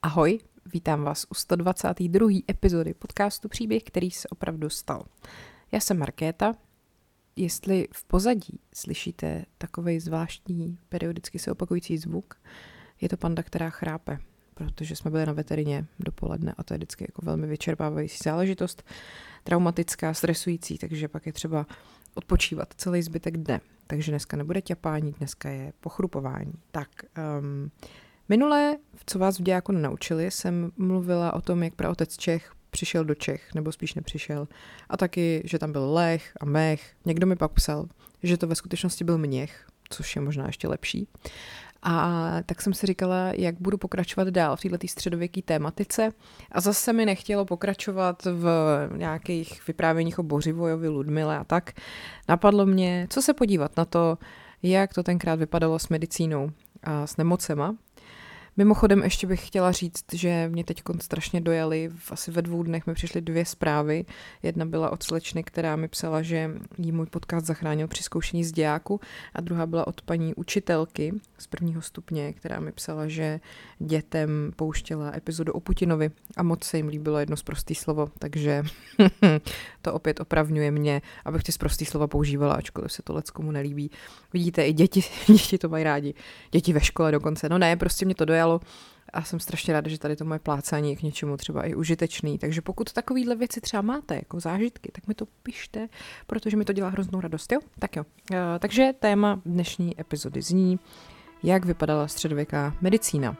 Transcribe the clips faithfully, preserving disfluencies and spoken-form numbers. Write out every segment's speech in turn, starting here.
Ahoj, vítám vás u sto dvacáté druhé epizody podcastu Příběh, který se opravdu stal. Já jsem Markéta. Jestli v pozadí slyšíte takovej zvláštní, periodicky se opakující zvuk, je to panda, která chrápe, protože jsme byli na veterině dopoledne a to je vždycky jako velmi vyčerpávající záležitost, traumatická, stresující, takže pak je třeba odpočívat celý zbytek dne. Takže dneska nebude ťapání, dneska je pochrupování. Tak, um, minulé, co vás v dějáku nenaučili, jsem mluvila o tom, jak praotec Čech přišel do Čech, nebo spíš nepřišel. A taky, že tam byl Lech a Mech. Někdo mi pak psal, že to ve skutečnosti byl Měch, což je možná ještě lepší. A tak jsem si říkala, jak budu pokračovat dál v této středověké tématice. A zase mi nechtělo pokračovat v nějakých vyprávěních o Bořivojovi, Ludmile a tak. Napadlo mě, co se podívat na to, jak to tenkrát vypadalo s medicínou a s nemocema. Mimochodem ještě bych chtěla říct, že mě teď strašně dojaly, asi ve dvou dnech mi přišly dvě zprávy. Jedna byla od slečny, která mi psala, že jí můj podcast zachránil při zkoušení z dějáku, a druhá byla od paní učitelky z prvního stupně, která mi psala, že dětem pouštěla epizodu o Putinovi a moc se jim líbilo jedno sprostý slovo, takže to opět opravňuje mě, abych ty sprostý slova používala, ačkoliv se to leckomu nelíbí. Vidíte, i děti, děti to mají rádi. Děti ve škole dokonce. No ne, prostě mě to dojalo. A jsem strašně ráda, že tady to moje plácání je k něčemu třeba i užitečný. Takže pokud takovýhle věci třeba máte jako zážitky, tak mi to pište, protože mi to dělá hroznou radost. Jo? Tak jo. E, takže téma dnešní epizody zní, jak vypadala středověká medicína.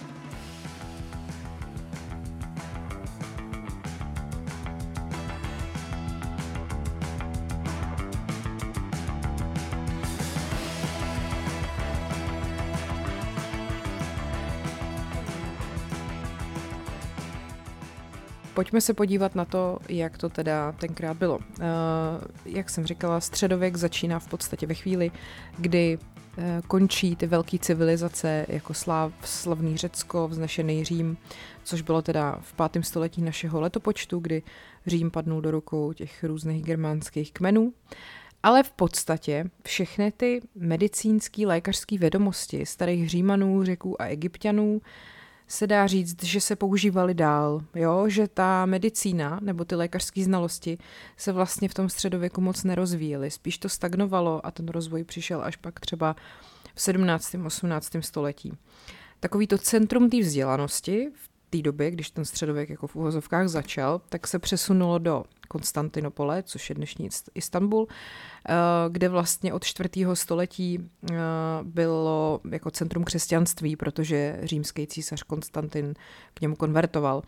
Pojďme se podívat na to, jak to teda tenkrát bylo. Uh, jak jsem říkala, středověk začíná v podstatě ve chvíli, kdy uh, končí ty velké civilizace jako sláv, slavný Řecko, vznešený Řím, což bylo teda v pátém století našeho letopočtu, kdy Řím padnul do rukou těch různých germánských kmenů. Ale v podstatě všechny ty medicínské, lékařské vědomosti starých Římanů, Řeků a Egypťanů se dá říct, že se používaly dál, jo? Že ta medicína nebo ty lékařské znalosti se vlastně v tom středověku moc nerozvíjely, spíš to stagnovalo a ten rozvoj přišel až pak třeba v sedmnáctém osmnáctém století. Takový to centrum té vzdělanosti v té době, když ten středověk jako v uvozovkách začal, tak se přesunulo do Konstantinopole, což je dnešní Istanbul, kde vlastně od čtvrtého století bylo jako centrum křesťanství, protože římský císař Konstantin k němu konvertoval.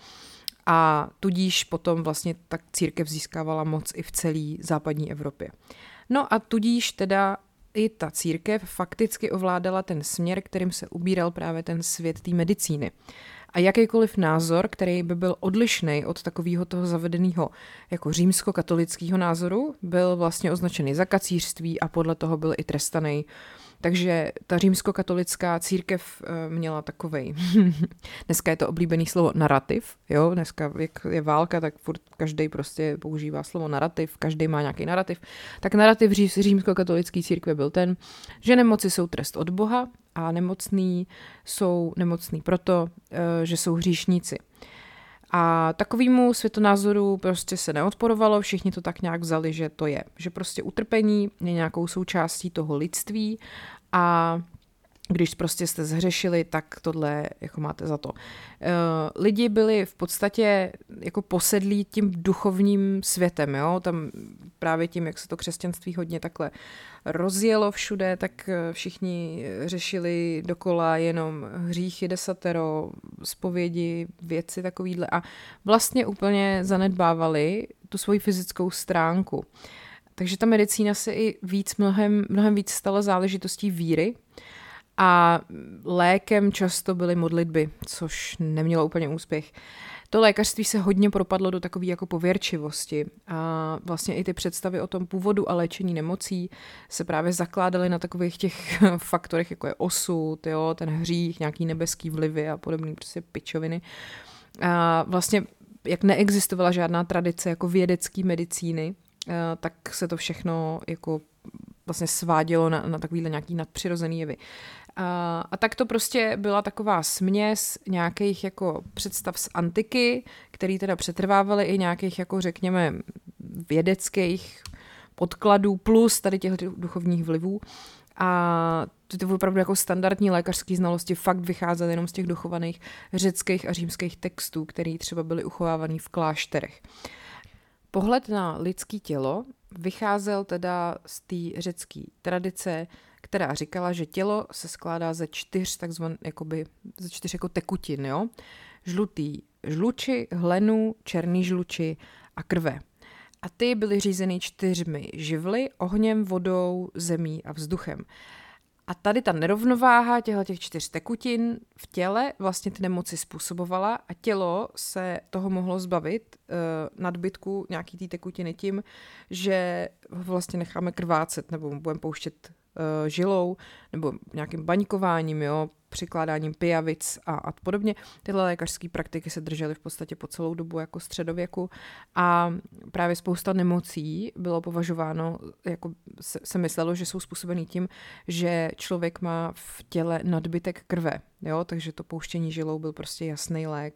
A tudíž potom vlastně tak církev získávala moc i v celé západní Evropě. No a tudíž teda i ta církev fakticky ovládala ten směr, kterým se ubíral právě ten svět té medicíny. A jakýkoliv názor, který by byl odlišný od takového toho zavedeného jako římskokatolického názoru, byl vlastně označený za kacířství a podle toho byl i trestaný. Takže ta římskokatolická církev měla takovej, dneska je to oblíbený slovo narrativ, jo, dneska jak je válka, tak furt každý prostě používá slovo narrativ, každý má nějaký narrativ. Tak narrativ římskokatolické církve byl ten, že nemoci jsou trest od Boha a nemocní jsou nemocní proto, že jsou hříšníci. A takovému světonázoru prostě se neodporovalo, všichni to tak nějak vzali, že to je. Že prostě utrpení je nějakou součástí toho lidství a když prostě jste zhřešili, tak tohle jako máte za to. Lidi byli v podstatě jako posedlí tím duchovním světem, jo? Tam právě tím, jak se to křesťanství hodně takhle rozjelo všude, tak všichni řešili dokola jenom hříchy, desatero, zpovědi, věci takovýhle a vlastně úplně zanedbávali tu svoji fyzickou stránku. Takže ta medicína se i víc, mnohem, mnohem víc stala záležitostí víry, a lékem často byly modlitby, což nemělo úplně úspěch. To lékařství se hodně propadlo do takové jako pověrčivosti a vlastně i ty představy o tom původu a léčení nemocí se právě zakládaly na takových těch faktorech, jako je osud, jo, ten hřích, nějaký nebeský vlivy a podobné prostě pičoviny. A vlastně jak neexistovala žádná tradice jako vědecké medicíny, tak se to všechno jako vlastně svádělo na, na takovýhle nějaký nadpřirozený jevy. A, a tak to prostě byla taková směs nějakých jako představ z antiky, který teda přetrvávaly i nějakých jako řekněme vědeckých podkladů plus tady těch duchovních vlivů. A ty opravdu jako standardní lékařské znalosti fakt vycházely jenom z těch dochovaných řeckých a římských textů, které třeba byly uchovávané v klášterech. Pohled na lidské tělo vycházel teda z té řecké tradice, která říkala, že tělo se skládá ze čtyř takzvaných jakoby ze čtyř jako tekutin, jo? Žlutý žluči, hlenu, černý žluči a krve. A ty byly řízeny čtyřmi živly, ohněm, vodou, zemí a vzduchem. A tady ta nerovnováha těchto těch čtyř tekutin v těle vlastně ty nemoci způsobovala a tělo se toho mohlo zbavit e, nadbytku nějaký té tekutiny tím, že ho vlastně necháme krvácet nebo budeme pouštět e, žilou nebo nějakým baňkováním, jo, přikládáním pijavic a, a podobně. Tyhle lékařské praktiky se držely v podstatě po celou dobu jako středověku a právě spousta nemocí bylo považováno, jako se, se myslelo, že jsou způsobený tím, že člověk má v těle nadbytek krve, jo, takže to pouštění žilou byl prostě jasný lék.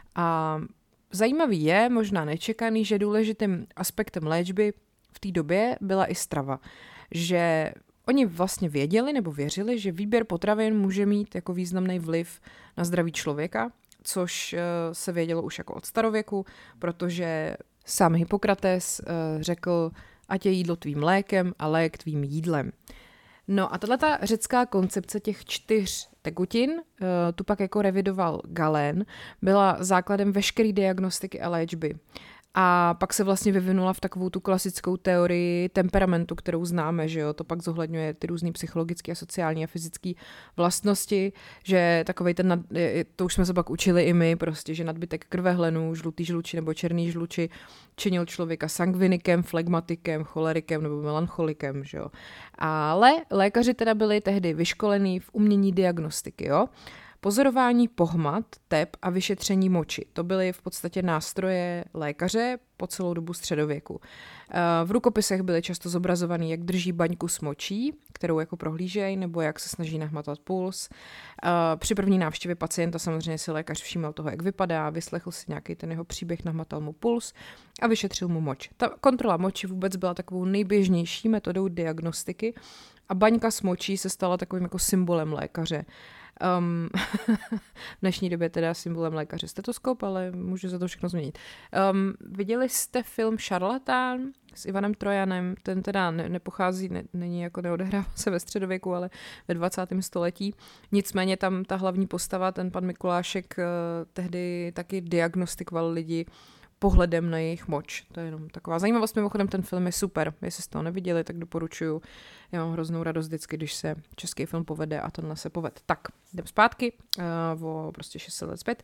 A zajímavý je, možná nečekaný, že důležitým aspektem léčby v té době byla i strava, že oni vlastně věděli nebo věřili, že výběr potravin může mít jako významný vliv na zdraví člověka, což se vědělo už jako od starověku, protože sám Hippokrates řekl, ať je jídlo tvým lékem a lék tvým jídlem. No a tato řecká koncepce těch čtyř tekutin, tu pak jako revidoval Galén, byla základem veškeré diagnostiky a léčby. A pak se vlastně vyvinula v takovou tu klasickou teorii temperamentu, kterou známe, že jo, to pak zohledňuje ty různý psychologické a sociální a fyzické vlastnosti, že takovej ten, nad, to už jsme se pak učili i my, prostě, že nadbytek krve, hlenu, žlutý žluči nebo černý žluči činil člověka sangvinikem, flegmatikem, cholerikem nebo melancholikem, že jo. Ale lékaři teda byli tehdy vyškolení v umění diagnostiky, jo. Pozorování pohmat, tep a vyšetření moči. To byly v podstatě nástroje lékaře po celou dobu středověku. V rukopisech byly často zobrazovaný, jak drží baňku s močí, kterou jako prohlížejí, nebo jak se snaží nahmatat puls. Při první návštěvě pacienta samozřejmě si lékař všímal toho, jak vypadá, vyslechl si nějaký ten jeho příběh, nahmatal mu puls a vyšetřil mu moč. Ta kontrola moči vůbec byla takovou nejběžnější metodou diagnostiky a baňka s močí se stala takovým jako symbolem lékaře. Um, v dnešní době teda symbolem lékaře stetoskop, ale může za to všechno změnit. Um, viděli jste film Šarlatán s Ivanem Trojanem? Ten teda ne, nepochází, ne, není jako neodehrává se ve středověku, ale ve dvacátém století. Nicméně tam ta hlavní postava, ten pan Mikulášek, uh, tehdy taky diagnostikoval lidi pohledem na jejich moč. To je jenom taková zajímavost. Mimochodem ten film je super. Jestli jste ho neviděli, tak doporučuju. Já mám hroznou radost vždycky, když se český film povede a tenhle se povede. Tak, jdem zpátky, uh, o prostě šest set let zpět.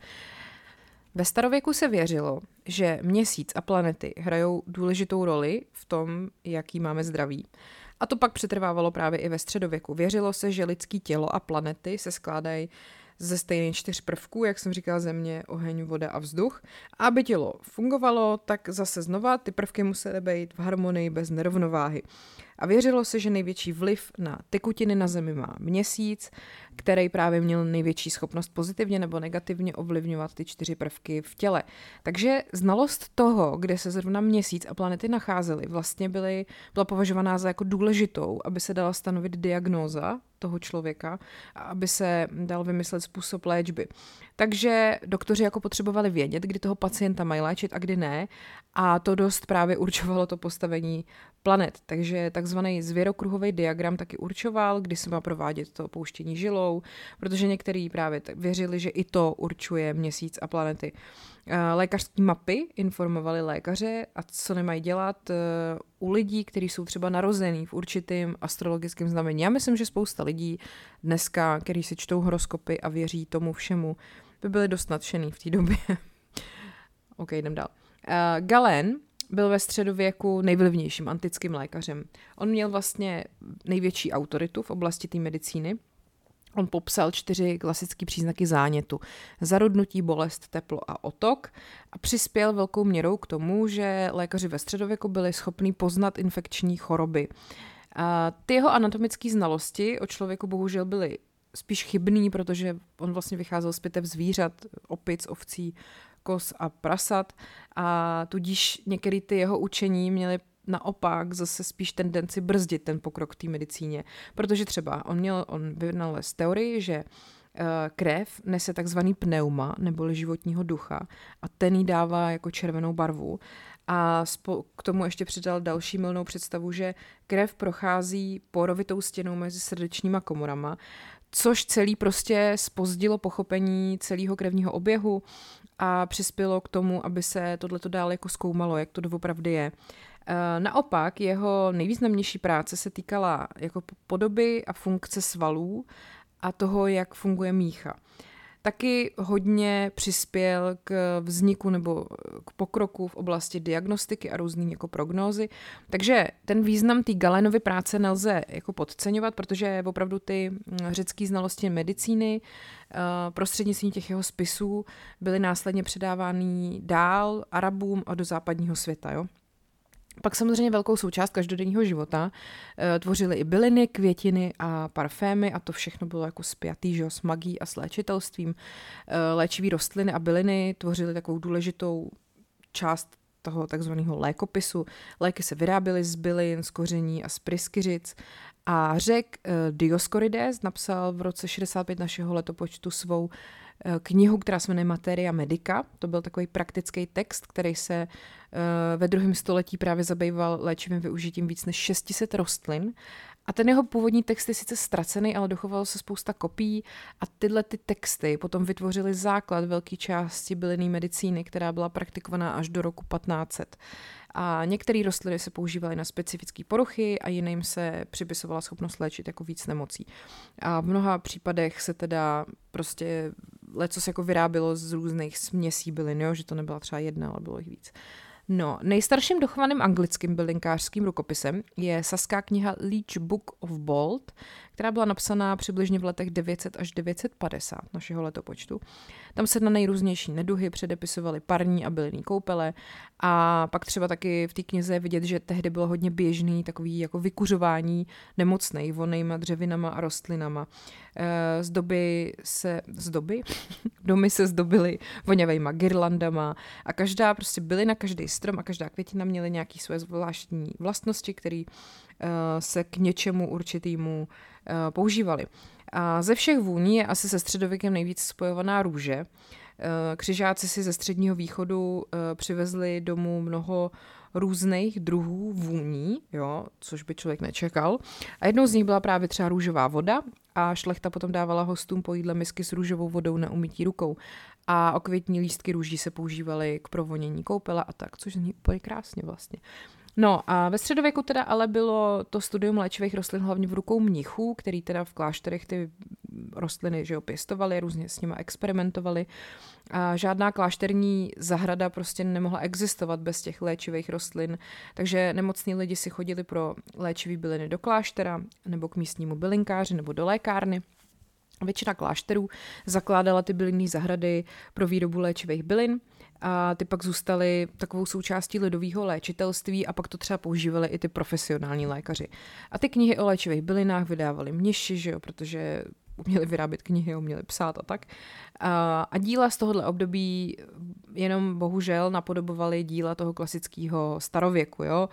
Ve starověku se věřilo, že měsíc a planety hrajou důležitou roli v tom, jaký máme zdraví. A to pak přetrvávalo právě i ve středověku. Věřilo se, že lidský tělo a planety se skládají ze stejných čtyř prvků, jak jsem říkala, země, oheň, voda a vzduch. A aby tělo fungovalo, tak zase znova ty prvky musely být v harmonii bez nerovnováhy. A věřilo se, že největší vliv na tekutiny na Zemi má Měsíc, který právě měl největší schopnost pozitivně nebo negativně ovlivňovat ty čtyři prvky v těle. Takže znalost toho, kde se zrovna Měsíc a planety nacházely, vlastně byly, byla považovaná za jako důležitou, aby se dala stanovit diagnóza toho člověka a aby se dal vymyslet způsob léčby. Takže doktoři jako potřebovali vědět, kdy toho pacienta mají léčit a kdy ne, a to dost právě určovalo to postavení planet. Takže takzvaný zvěrokruhový diagram taky určoval, kdy se má provádět to pouštění žilou, protože někteří právě věřili, že i to určuje Měsíc a planety. Lékařské mapy informovaly lékaře, a co nemají dělat u lidí, kteří jsou třeba narozený v určitým astrologickém znamení. Já myslím, že spousta lidí dneska, kteří si čtou horoskopy a věří tomu všemu, by byli dost nadšený v té době. OK, jdem dál. Uh, Galén byl ve středověku nejvlivnějším antickým lékařem. On měl vlastně největší autoritu v oblasti té medicíny. On popsal čtyři klasické příznaky zánětu. Zarudnutí, bolest, teplo a otok a přispěl velkou měrou k tomu, že lékaři ve středověku byli schopni poznat infekční choroby. A ty jeho anatomické znalosti o člověku bohužel byly spíš chybný, protože on vlastně vycházel z pitev zvířat, opic, ovcí, koz a prasat a tudíž některé ty jeho učení měly naopak zase spíš tendenci brzdit ten pokrok v té medicíně, protože třeba on měl, on vynalez teorii, že krev nese takzvaný pneuma, neboli životního ducha a ten jí dává jako červenou barvu a spo- k tomu ještě přidal další mylnou představu, že krev prochází porovitou stěnou mezi srdečníma komorama, což celý prostě zpozdilo pochopení celého krevního oběhu a přispělo k tomu, aby se tohleto dál jako zkoumalo, jak to doopravdy je. Naopak jeho nejvýznamnější práce se týkala jako podoby a funkce svalů a toho, jak funguje mícha. Taky hodně přispěl k vzniku nebo k pokroku v oblasti diagnostiky a různý jako prognózy. Takže ten význam té Galenovy práce nelze jako podceňovat, protože opravdu ty řecké znalosti medicíny prostřednictvím těch jeho spisů byly následně předávány dál Arabům a do západního světa. Jo? Pak samozřejmě velkou součást každodenního života e, tvořily i byliny, květiny a parfémy a to všechno bylo jako spjatý, že jo, s magií a s léčitelstvím. E, léčivý rostliny a byliny tvořily takovou důležitou část toho takzvaného lékopisu. Léky se vyráběly z bylin, z koření a z pryskyřic. A Řek e, Dioskorides napsal v roce šedesát pět našeho letopočtu svou knihu, která se jmenuje Materia Medica. To byl takový praktický text, který se ve druhém století právě zabýval léčivým využitím víc než šest set rostlin. A ten jeho původní text je sice ztracený, ale dochovalo se spousta kopií a tyhle ty texty potom vytvořily základ velké části bylinné medicíny, která byla praktikovaná až do roku patnáct set. A některé rostliny se používaly na specifické poruchy a jiným se připisovala schopnost léčit jako víc nemocí. A v mnoha případech se teda prostě lecos jako vyrábělo z různých směsí bylin, jo? Že to nebyla třeba jedna, ale bylo jich víc. No, nejstarším dochovaným anglickým bylinkářským rukopisem je saská kniha Leech Book of Bold, která byla napsaná přibližně v letech devět set až devět set padesát našeho letopočtu. Tam se na nejrůznější neduhy předepisovaly parní a bylinný koupele a pak třeba taky v té knize je vidět, že tehdy bylo hodně běžný takový jako vykuřování nemocnej vonnejma dřevinama a rostlinama. Z doby se, z doby? Domy se zdobily voňavejma girlandama a každá prostě bylina, každý strom a každá květina měly nějaké své zvláštní vlastnosti, které se k něčemu určitýmu používaly. A ze všech vůní je asi se středověkem nejvíc spojovaná růže. Křižáci si ze středního východu přivezli domů mnoho různých druhů vůní, jo, což by člověk nečekal. A jednou z nich byla právě třeba růžová voda a šlechta potom dávala hostům po jídle misky s růžovou vodou na umytí rukou. A okvětní lístky růží se používaly k provonění koupele a tak, což zní úplně krásně vlastně. No a ve středověku teda ale bylo to studium léčivých rostlin hlavně v rukou mnichů, který teda v klášterech ty rostliny, že jo, pěstovali, různě s nima experimentovali. A žádná klášterní zahrada prostě nemohla existovat bez těch léčivých rostlin, takže nemocní lidi si chodili pro léčivý byliny do kláštera nebo k místnímu bylinkáři nebo do lékárny. Většina klášterů zakládala ty bylinné zahrady pro výrobu léčivých bylin a ty pak zůstaly takovou součástí lidového léčitelství a pak to třeba používali i ty profesionální lékaři. A ty knihy o léčivých bylinách vydávali mniši, že jo, protože uměli vyrábět knihy, uměli psát a tak. A, a díla z tohohle období jenom bohužel napodobovaly díla toho klasického starověku, jo.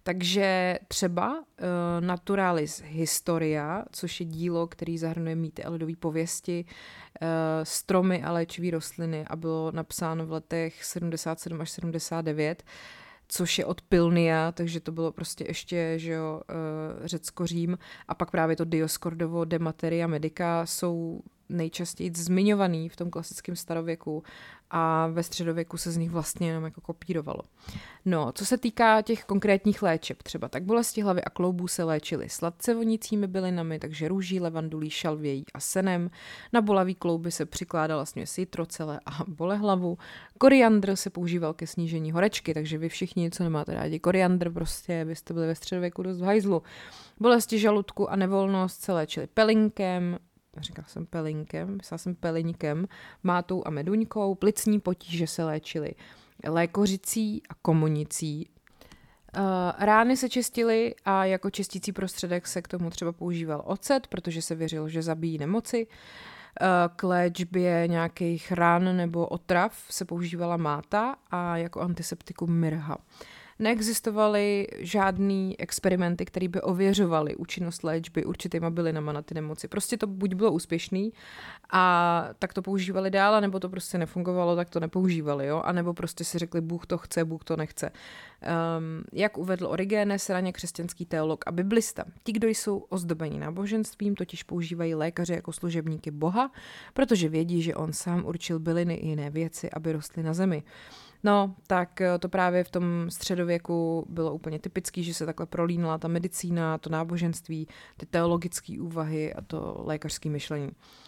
Takže třeba uh, Naturalis Historia, což je dílo, který zahrnuje mýty a lidové pověsti, uh, stromy a léčivé rostliny a bylo napsáno v letech sedmdesát sedm až sedmdesát devět, což je od Pilnia, takže to bylo prostě ještě, že jo, uh, Řecko-Řím a pak právě to Dioscordovo De Materia Medica jsou nejčastěji zmiňovaný v tom klasickém starověku a ve středověku se z nich vlastně jenom jako kopírovalo. No, co se týká těch konkrétních léčeb třeba, tak bolesti hlavy a kloubů se léčily sladce vonícími bylinami, takže růží, levandulí, šalvějí a senem. Na bolavý klouby se přikládala směs jitrocele a bolehlavu. Koriandr se používal ke snížení horečky, takže vy všichni, co nemáte rádi koriandr, prostě byste byli ve středověku dost v hajzlu. Bolesti žaludku a nevolnost se léčily pelinkem, říkala jsem pelinkem, myslela jsem peliníkem, mátou a meduňkou, plicní potíže se léčily lékořicí a komunicí. Rány se čistily a jako čistící prostředek se k tomu třeba používal ocet, protože se věřilo, že zabíjí nemoci. K léčbě nějakých ran nebo otrav se používala máta a jako antiseptikum mirha. Neexistovaly žádný experimenty, které by ověřovaly účinnost léčby určitýma bylinama na ty nemoci. Prostě to buď bylo úspěšný a tak to používali dál, nebo to prostě nefungovalo, tak to nepoužívali, jo? A nebo prostě si řekli, Bůh to chce, Bůh to nechce. Um, jak uvedl Origenes, raně křesťanský teolog a biblista. Ti, kdo jsou ozdobeni náboženstvím, totiž používají lékaře jako služebníky Boha, protože vědí, že on sám určil byliny i jiné věci, aby rostly na zemi. No, tak to právě v tom středověku bylo úplně typický, že se takhle prolínala ta medicína, to náboženství, ty teologické úvahy a to lékařské myšlení.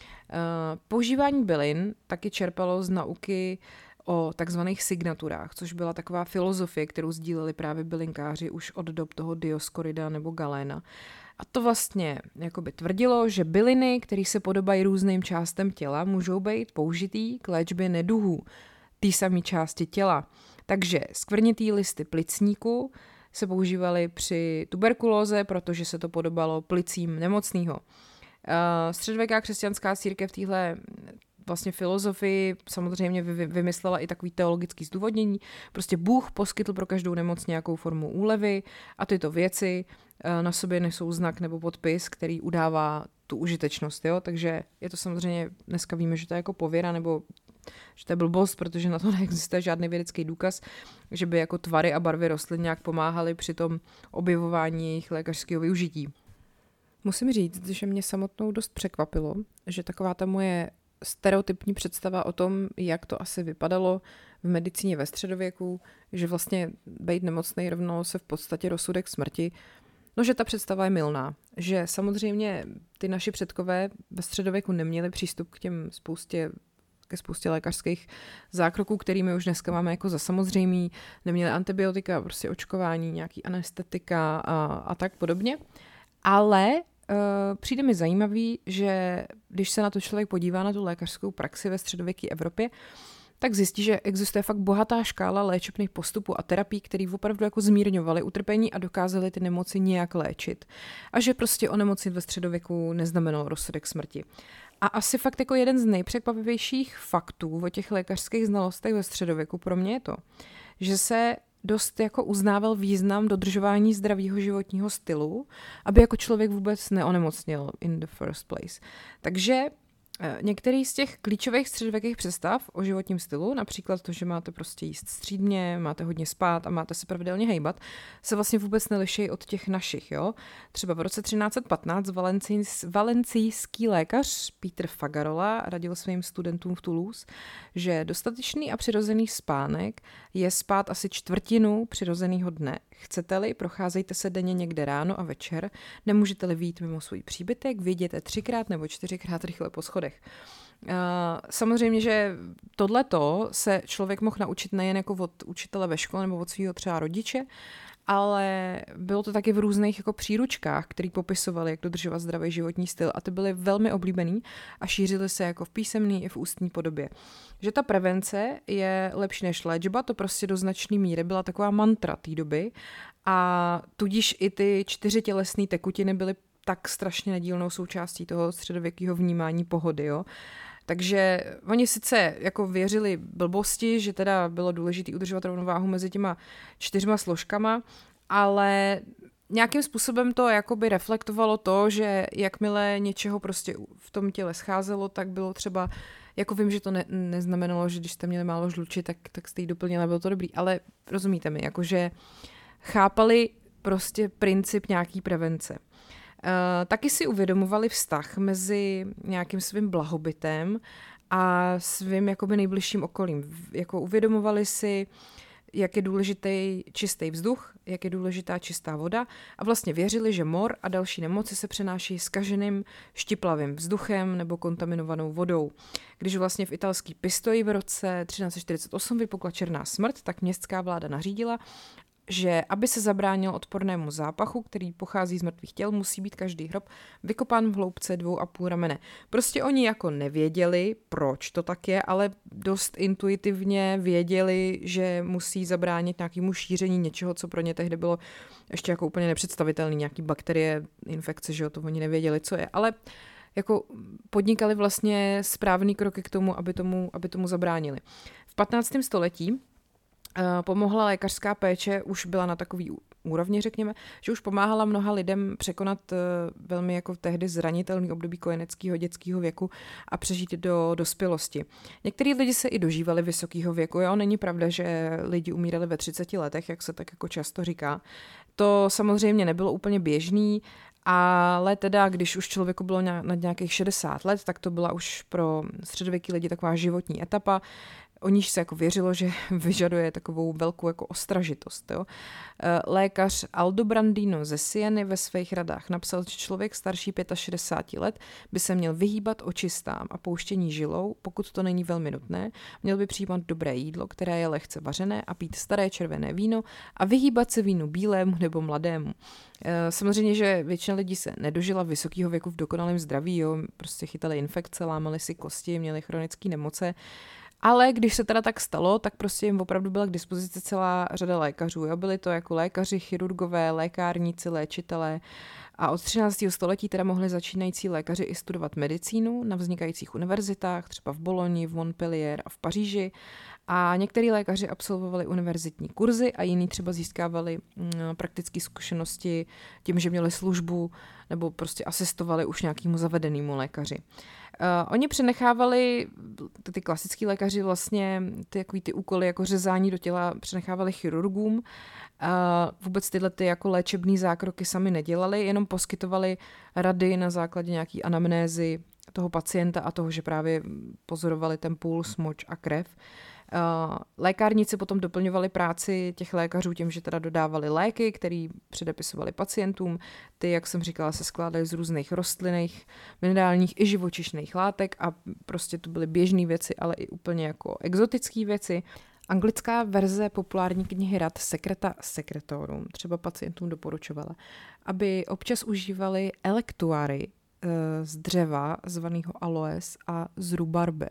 Používání bylin taky čerpalo z nauky o takzvaných signaturách, což byla taková filozofie, kterou sdíleli právě bylinkáři už od dob toho Dioskorida nebo Galéna. A to vlastně jakoby tvrdilo, že byliny, které se podobají různým částem těla, můžou být použitý k léčbě neduhů té samé části těla. Takže skvrnitý listy plicníku se používaly při tuberkulóze, protože se to podobalo plicím nemocného. Středověká křesťanská církev v téhle vlastně filozofii samozřejmě vymyslela i takový teologický zdůvodnění. Prostě Bůh poskytl pro každou nemoc nějakou formu úlevy a tyto věci na sobě nesou znak nebo podpis, který udává tu užitečnost. Jo? Takže je to samozřejmě, dneska víme, že to je jako pověra nebo že to je blbost, protože na to neexistuje žádný vědecký důkaz, že by jako tvary a barvy rostlin nějak pomáhaly při tom objevování jejich lékařského využití. Musím říct, že mě samotnou dost překvapilo, že taková ta moje stereotypní představa o tom, jak to asi vypadalo v medicíně ve středověku, že vlastně být nemocnej rovnalo se v podstatě rozsudek smrti, no že ta představa je mylná. Že samozřejmě ty naši předkové ve středověku neměli přístup k těm spoustě ke spoustě lékařských zákroků, kterými už dneska máme jako za samozřejmý, neměli antibiotika, prostě očkování, nějaký anestetika a, a tak podobně. Ale uh, přijde mi zajímavý, že když se na to člověk podívá na tu lékařskou praxi ve středověké Evropě, tak zjistí, že existuje fakt bohatá škála léčebných postupů a terapií, které opravdu jako zmírňovaly utrpení a dokázaly ty nemoci nějak léčit. A že prostě onemocnit ve středověku neznamenalo rozsudek smrti. A asi fakt jako jeden z nejpřekvapivějších faktů o těch lékařských znalostech ve středověku pro mě je to, že se dost jako uznával význam dodržování zdravého životního stylu, aby jako člověk vůbec neonemocněl in the first place. Takže některý z těch klíčových středověkých představ o životním stylu, například to, že máte prostě jíst střídmě, máte hodně spát a máte se pravidelně hejbat, se vlastně vůbec neliší od těch našich. Jo? Třeba v roce třináct set patnáct valencijský lékař Peter Fagarola radil svým studentům v Toulouse, že dostatečný a přirozený spánek je spát asi čtvrtinu přirozeného dne. Chcete-li, procházejte se denně někde ráno a večer, nemůžete-li vyjít mimo svůj příbytek, vyjděte třikrát nebo čtyřikrát rychle po schodech. Uh, samozřejmě, že tohleto se člověk mohl naučit nejen jako od učitele ve škole nebo od svého třeba rodiče, ale bylo to taky v různých jako příručkách, které popisovaly, jak dodržovat zdravý životní styl a ty byly velmi oblíbený a šířily se jako v písemné i v ústní podobě. Že ta prevence je lepší než léčba, to prostě do značné míry byla taková mantra té doby a tudíž i ty čtyři tělesné tekutiny byly tak strašně nedílnou součástí toho středověkého vnímání pohody, jo. Takže oni sice jako věřili blbosti, že teda bylo důležité udržovat rovnováhu mezi těma čtyřma složkama, ale nějakým způsobem to jakoby reflektovalo to, že jakmile něčeho prostě v tom těle scházelo, tak bylo třeba, jako vím, že to ne, neznamenalo, že když jste měli málo žluči, tak, tak jste jí doplnila, bylo to dobrý, ale rozumíte mi, jakože chápali prostě princip nějaký prevence. Uh, taky si uvědomovali vztah mezi nějakým svým blahobytem a svým jakoby nejbližším okolím. Jako uvědomovali si, jak je důležitý čistý vzduch, jak je důležitá čistá voda a vlastně věřili, že mor a další nemoci se přenáší zkaženým štiplavým vzduchem nebo kontaminovanou vodou. Když vlastně v italský Pistoji v roce třináct set čtyřicet osm vypukla černá smrt, tak městská vláda nařídila, že aby se zabránil odpornému zápachu, který pochází z mrtvých těl, musí být každý hrob vykopán v hloubce dvou a půl ramene. Prostě oni jako nevěděli, proč to tak je, ale dost intuitivně věděli, že musí zabránit nějakému šíření něčeho, co pro ně tehdy bylo ještě jako úplně nepředstavitelné, nějaký bakterie, infekce, že jo, to oni nevěděli, co je, ale jako podnikali vlastně správný kroky k tomu, aby tomu, aby tomu zabránili. V patnáctém století pomohla lékařská péče, už byla na takový úrovni, řekněme, že už pomáhala mnoha lidem překonat velmi jako tehdy zranitelný období kojeneckého dětského věku a přežít do dospělosti. Některý lidi se i dožívali vysokého věku, jo, není pravda, že lidi umírali ve třiceti letech, jak se tak jako často říká. To samozřejmě nebylo úplně běžný, ale teda, když už člověku bylo na nějakých šedesát let, tak to byla už pro středověký lidi taková životní etapa, o níž se jako věřilo, že vyžaduje takovou velkou jako ostražitost. Jo. Lékař Aldobrandino ze Sieny ve svých radách napsal, že člověk starší šedesáti pěti let by se měl vyhýbat očistám a pouštění žilou, pokud to není velmi nutné. Měl by přijímat dobré jídlo, které je lehce vařené, a pít staré červené víno a vyhýbat se vínu bílému nebo mladému. Samozřejmě, že většina lidí se nedožila vysokého věku v dokonalém zdraví, jo. Prostě chytali infekce, lámali si kosti, měli chronické nemoce. Ale když se teda tak stalo, tak prostě jim opravdu byla k dispozici celá řada lékařů. Jo? Byli to jako lékaři, chirurgové, lékárníci, léčitelé. A od třináctého století teda mohli začínající lékaři i studovat medicínu na vznikajících univerzitách, třeba v Bologni, v Montpellier a v Paříži. A některý lékaři absolvovali univerzitní kurzy a jiní třeba získávali praktické zkušenosti tím, že měli službu nebo prostě asistovali už nějakému zavedenému lékaři. Uh, oni přenechávali, ty klasický lékaři vlastně, ty, takový ty úkoly jako řezání do těla přenechávali chirurgům. Uh, vůbec tyhle ty jako léčebný zákroky sami nedělali, jenom poskytovali rady na základě nějaký anamnézy toho pacienta a toho, že právě pozorovali ten puls, moč a krev. Uh, lékárníci potom doplňovali práci těch lékařů tím, že teda dodávali léky, které předepisovali pacientům. Ty, jak jsem říkala, se skládaly z různých rostlinných, minerálních i živočišných látek a prostě to byly běžné věci, ale i úplně jako exotické věci. Anglická verze populární knihy rad Secreta Secretorum třeba pacientům doporučovala, aby občas užívali elektuary uh, z dřeva zvaného aloes a z rhubarbe.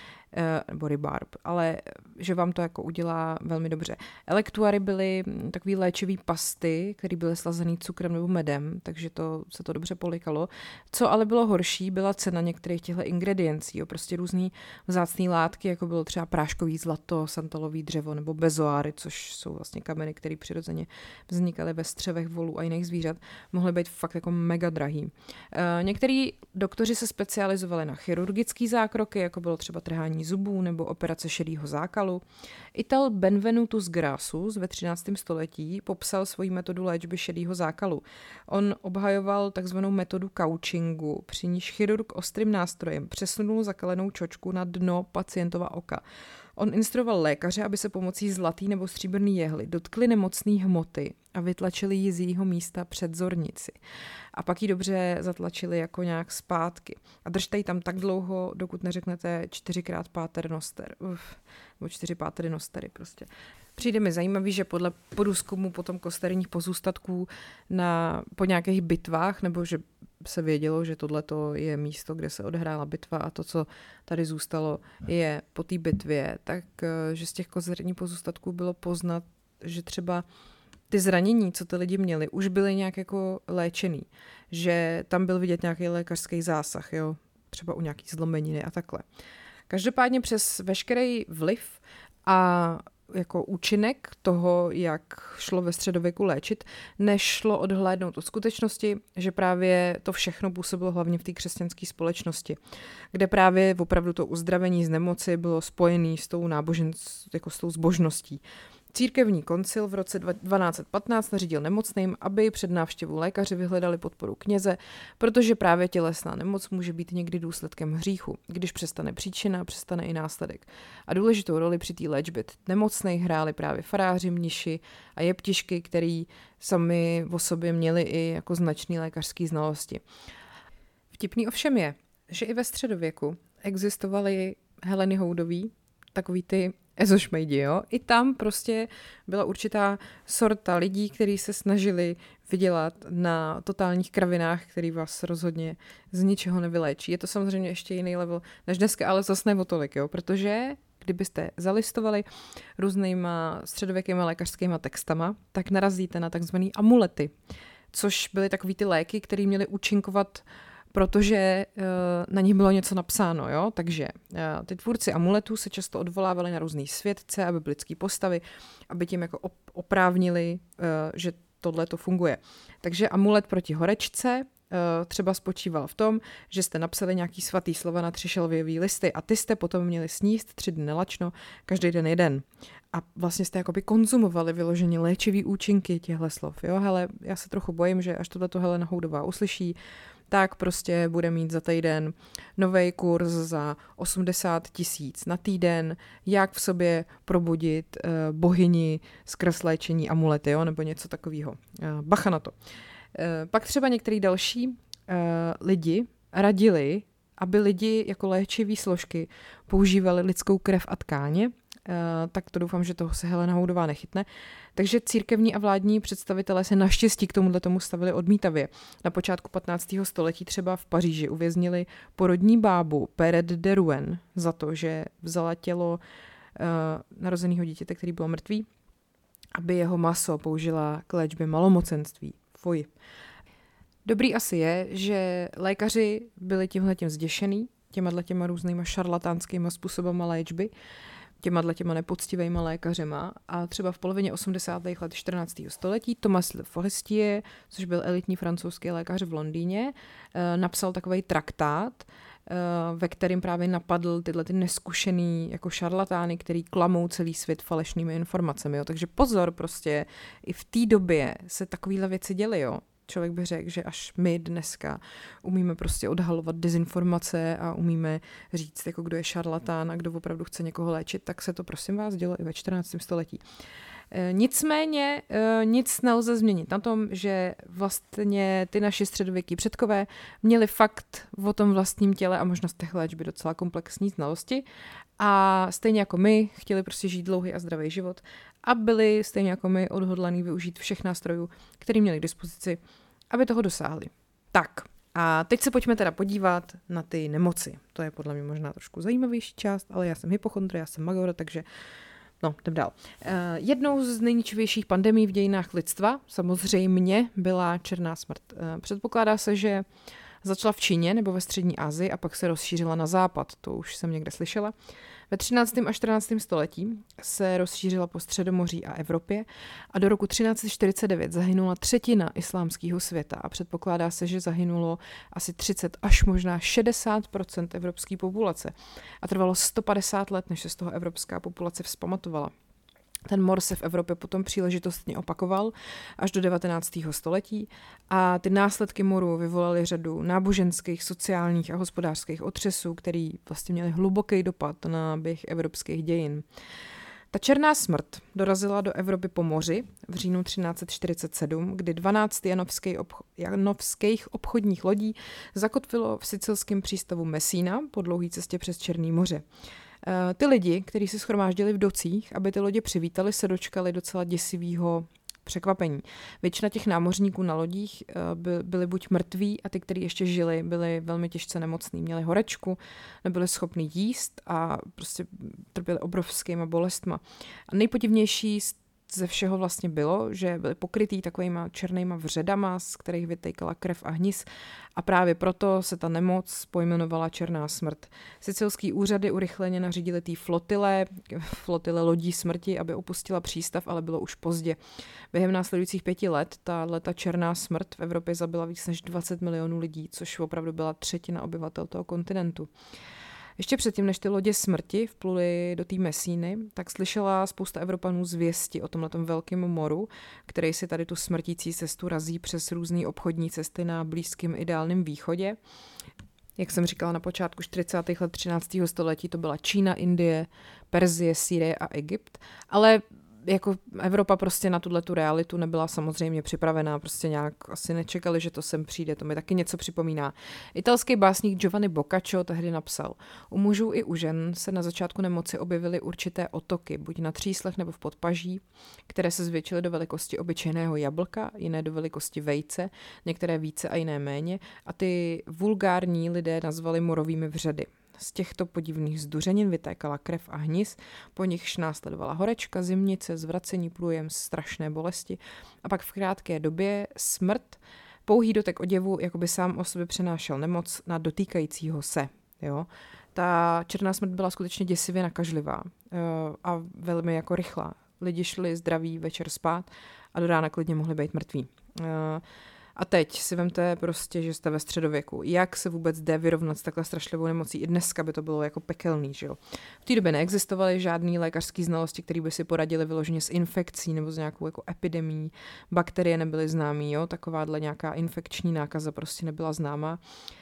nebo rhubarb, ale že vám to jako udělá velmi dobře. Elektuary byly takový léčivý pasty, které byly slazený cukrem nebo medem, takže to se to dobře polikalo. Co ale bylo horší, byla cena některých těchto ingrediencí, jo, prostě různý vzácný látky, jako bylo třeba práškový zlato, santalový dřevo nebo bezoáry, což jsou vlastně kameny, které přirozeně vznikaly ve střevech volů a jiných zvířat, mohly být fakt jako mega drahý. E, některý doktoři se specializovali na chirurgické zákroky, jako bylo třeba trhání zubů nebo operace šedého zákalu. Ital Benvenutus Grassus ve třináctém století popsal svoji metodu léčby šedého zákalu. On obhajoval takzvanou metodu couchingu, při níž chirurg ostrým nástrojem přesunul zakalenou čočku na dno pacientova oka. On instruoval lékaře, aby se pomocí zlatý nebo stříbrný jehly dotkli nemocné hmoty a vytlačili ji z jejího místa před zornici. A pak ji dobře zatlačili jako nějak zpátky. A držte ji tam tak dlouho, dokud neřeknete čtyřikrát páter noster. Uf, nebo čtyři pátery nostery prostě. Přijde mi zajímavý, že podle průzkumu potom kosterních pozůstatků na, po nějakých bitvách, nebo že se vědělo, že tohleto je místo, kde se odehrála bitva a to, co tady zůstalo, je po té bitvě, tak že z těch kosterních pozůstatků bylo poznat, že třeba ty zranění, co ty lidi měli, už byly nějak jako léčený. Že tam byl vidět nějaký lékařský zásah, jo? Třeba u nějaký zlomeniny a takhle. Každopádně přes veškerý vliv a jako účinek toho, jak šlo ve středověku léčit, nešlo odhlédnout od skutečnosti, že právě to všechno působilo hlavně v té křesťanské společnosti, kde právě opravdu to uzdravení z nemoci bylo spojené s tou náboženskou, jako s tou zbožností. Církevní koncil v roce dvanáct set patnáct nařídil nemocným, aby před návštěvou lékaře vyhledali podporu kněze, protože právě tělesná nemoc může být někdy důsledkem hříchu. Když přestane příčina, přestane i následek. A důležitou roli při té léčbě nemocných hráli právě faráři, mniši a jeptišky, který sami o sobě měli i jako značné lékařské znalosti. Vtipný ovšem je, že i ve středověku existovaly Heleny Houdový, takový ty ezošmejdi, jo. I tam prostě byla určitá sorta lidí, kteří se snažili vydělat na totálních kravinách, který vás rozhodně z ničeho nevyléčí. Je to samozřejmě ještě jiný level než dneska, ale zase ne o tolik, jo, protože kdybyste zalistovali různýma středověkýma lékařskýma textama, tak narazíte na takzvané amulety, což byly takový ty léky, které měly účinkovat, protože uh, na nich bylo něco napsáno, jo? Takže uh, ty tvůrci amuletů se často odvolávali na různý světce a biblické postavy, aby tím jako op- oprávnili, uh, že tohle to funguje. Takže amulet proti horečce uh, třeba spočíval v tom, že jste napsali nějaký svatý slova na tři šelvěvý listy a ty jste potom měli sníst tři dny nelačno, každý den jeden. A vlastně jste jakoby konzumovali vyloženě léčivý účinky těchto slov. Jo? Hele, já se trochu bojím, že až tohleto Helena Houdová uslyší, tak prostě bude mít za týden nový kurz za osmdesát tisíc na týden, jak v sobě probudit uh, bohyni skrz léčení amulety, jo? Nebo něco takového. Uh, bacha na to. Uh, pak třeba některý další uh, lidi radili, aby lidi jako léčivý složky používali lidskou krev a tkáně, Uh, tak to doufám, že toho se Helena Houdová nechytne. Takže církevní a vládní představitelé se naštěstí k tomuhle tomu stavili odmítavě. Na počátku patnáctého století třeba v Paříži uvěznili porodní bábu Peret de Rouen za to, že vzala tělo uh, narozeného dítěte, který bylo mrtvý, aby jeho maso použila k léčbě malomocenství. Fuj. Dobrý asi je, že lékaři byli tímhletím zděšený, těma těma různýma šarlatánskýma způsobama léčby, těma těma nepoctivejma lékařema a třeba v polovině osmdesátých let čtrnáctého století Thomas Le Forestier, což byl elitní francouzský lékař v Londýně, napsal takovej traktát, ve kterým právě napadl tyhle ty neskušený jako šarlatány, který klamou celý svět falešnými informacemi. Jo. Takže pozor, prostě i v té době se takovýhle věci děly, jo. Člověk by řekl, že až my dneska umíme prostě odhalovat dezinformace a umíme říct, jako kdo je šarlatán a kdo opravdu chce někoho léčit, tak se to prosím vás dělo i ve čtrnáctém století. E, nicméně e, nic nelze změnit na tom, že vlastně ty naši středověký předkové měli fakt o tom vlastním těle a možnostech léčby docela komplexní znalosti a stejně jako my chtěli prostě žít dlouhý a zdravý život a byli stejně jako my odhodlaní využít všech nástrojů, který měli k dispozici, aby toho dosáhli. Tak, a teď se pojďme teda podívat na ty nemoci. To je podle mě možná trošku zajímavější část, ale já jsem hypochondr, já jsem magor, takže no, jdem dál. Uh, jednou z nejničivějších pandemií v dějinách lidstva samozřejmě byla černá smrt. Uh, předpokládá se, že začala v Číně nebo ve střední Asii a pak se rozšířila na západ, to už jsem někde slyšela. Ve třináctém a čtrnáctém století se rozšířila po Středomoří a Evropě a do roku třináct set čtyřicet devět zahynula třetina islámského světa a předpokládá se, že zahynulo asi třicet až možná šedesát procent evropské populace a trvalo sto padesát let, než se z toho evropská populace vzpamatovala. Ten mor se v Evropě potom příležitostně opakoval až do devatenáctého století a ty následky moru vyvolaly řadu náboženských, sociálních a hospodářských otřesů, který vlastně měly hluboký dopad na běh evropských dějin. Ta černá smrt dorazila do Evropy po moři v říjnu třináct set čtyřicet sedm, kdy dvanáct janovských, obch- janovských obchodních lodí zakotvilo v sicilském přístavu Messina po dlouhé cestě přes Černé moře. Ty lidi, kteří se shromáždili v docích, aby ty lodě přivítali, se dočkali docela děsivého překvapení. Většina těch námořníků na lodích byli buď mrtví a ty, kteří ještě žili, byli velmi těžce nemocní. Měli horečku, nebyli schopni jíst a prostě trpěli obrovskýma bolestma. A nejpodivnější ze všeho vlastně bylo, že byli pokrytý takovýma černýma vředama, z kterých vytejkala krev a hnis a právě proto se ta nemoc pojmenovala černá smrt. Sicilský úřady urychleně nařídili té flotile, flotile lodí smrti, aby opustila přístav, ale bylo už pozdě. Během následujících pěti let ta leta černá smrt v Evropě zabila víc než dvacet milionů lidí, což opravdu byla třetina obyvatel toho kontinentu. Ještě předtím, než ty lodě smrti vpluly do té Messíny, tak slyšela spousta Evropanů zvěsti o tomhletom velkém moru, který si tady tu smrtící cestu razí přes různé obchodní cesty na Blízkém i Dálném východě. Jak jsem říkala na počátku čtyřicátých let třináctého století, to byla Čína, Indie, Perzie, Sýrie a Egypt, ale jako Evropa prostě na tuhletu realitu nebyla samozřejmě připravená, prostě nějak asi nečekali, že to sem přijde, to mi taky něco připomíná. Italský básník Giovanni Boccaccio tehdy napsal: u mužů i u žen se na začátku nemoci objevily určité otoky, buď na tříslech nebo v podpaží, které se zvětšily do velikosti obyčejného jablka, jiné do velikosti vejce, některé více a jiné méně, a ty vulgární lidé nazvali morovými vředy. Z těchto podivných zduřenin vytékala krev a hnis, po nichž následovala horečka, zimnice, zvracení, průjem, strašné bolesti a pak v krátké době smrt. Pouhý dotek oděvu jakoby sám o sobě přenášel nemoc na dotýkajícího se. Jo? Ta černá smrt byla skutečně děsivě nakažlivá a velmi jako rychlá. Lidi šli zdraví večer spát a do rána klidně mohli být mrtví. A teď si vemte prostě, že jste ve středověku. Jak se vůbec jde vyrovnat s takhle strašlivou nemocí? I dneska by to bylo jako pekelný, že jo? V té době neexistovaly žádné lékařské znalosti, které by si poradili vyloženě s infekcí nebo s nějakou jako epidemií. Bakterie nebyly známý, jo? Takováhle nějaká infekční nákaza prostě nebyla známá.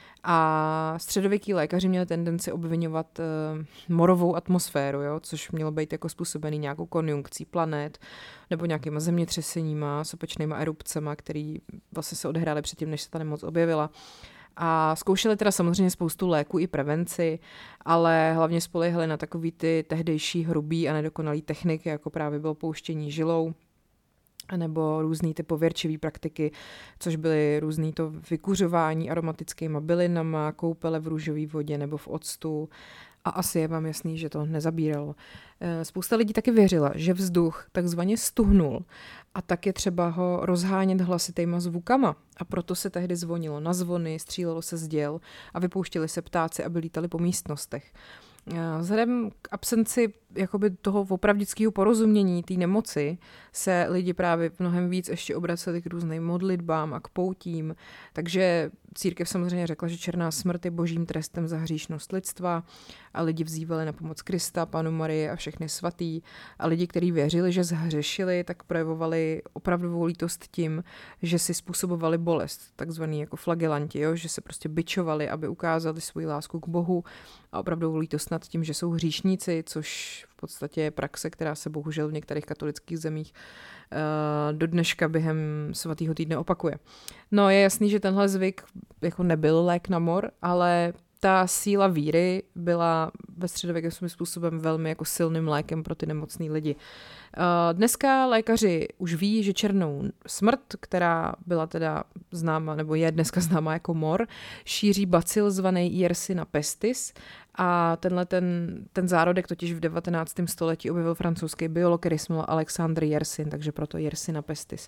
A středověký lékaři měli tendenci obvinovat uh, morovou atmosféru, jo? Což mělo být jako způsobený nějakou konjunkcí planet nebo nějakýma zemětřeseníma, sopečnýma erupcema, který vlastně se odehrály předtím, než se ta nemoc objevila. A zkoušeli teda samozřejmě spoustu léků i prevenci, ale hlavně spolehli na takový ty tehdejší hrubý a nedokonalý techniky, jako právě bylo pouštění žilou, nebo různý ty pověrčivý praktiky, což byly různý to vykuřování aromatickými bylinama, koupele v růžové vodě nebo v octu. A asi je vám jasný, že to nezabíralo. Spousta lidí taky věřila, že vzduch takzvaně stuhnul a tak je třeba ho rozhánět hlasitýma zvukama. A proto se tehdy zvonilo na zvony, střílelo se z děl a vypouštěli se ptáci, aby lítali po místnostech. Vzhledem k absenci jakoby toho opravdického porozumění té nemoci se lidi právě mnohem víc ještě obraceli k různým modlitbám a k poutím, takže církev samozřejmě řekla, že černá smrt je božím trestem za hříšnost lidstva a lidi vzývali na pomoc Krista, Pannu Marii a všechny svatý a lidi, kteří věřili, že zhřešili, tak projevovali opravdovou lítost tím, že si způsobovali bolest, takzvaný jako flagelanti, jo? Že se prostě bičovali, aby ukázali svoji lásku k Bohu a opravdovou lítost nad tím, že jsou hříšníci, což v podstatě je praxe, která se bohužel v některých katolických zemích uh, do dneška během svatého týdne opakuje. No je jasný, že tenhle zvyk jako nebyl lék na mor, ale ta síla víry byla ve středověku svým způsobem velmi jako silným lékem pro ty nemocný lidi. Dneska lékaři už ví, že černou smrt, která byla teda známa, nebo je dneska známá jako mor, šíří bacil zvaný Yersinia pestis a tenhle ten, ten zárodek totiž v devatenáctém století objevil francouzský biolog, který se jmenoval Alexandre Yersin, takže proto Yersinia pestis.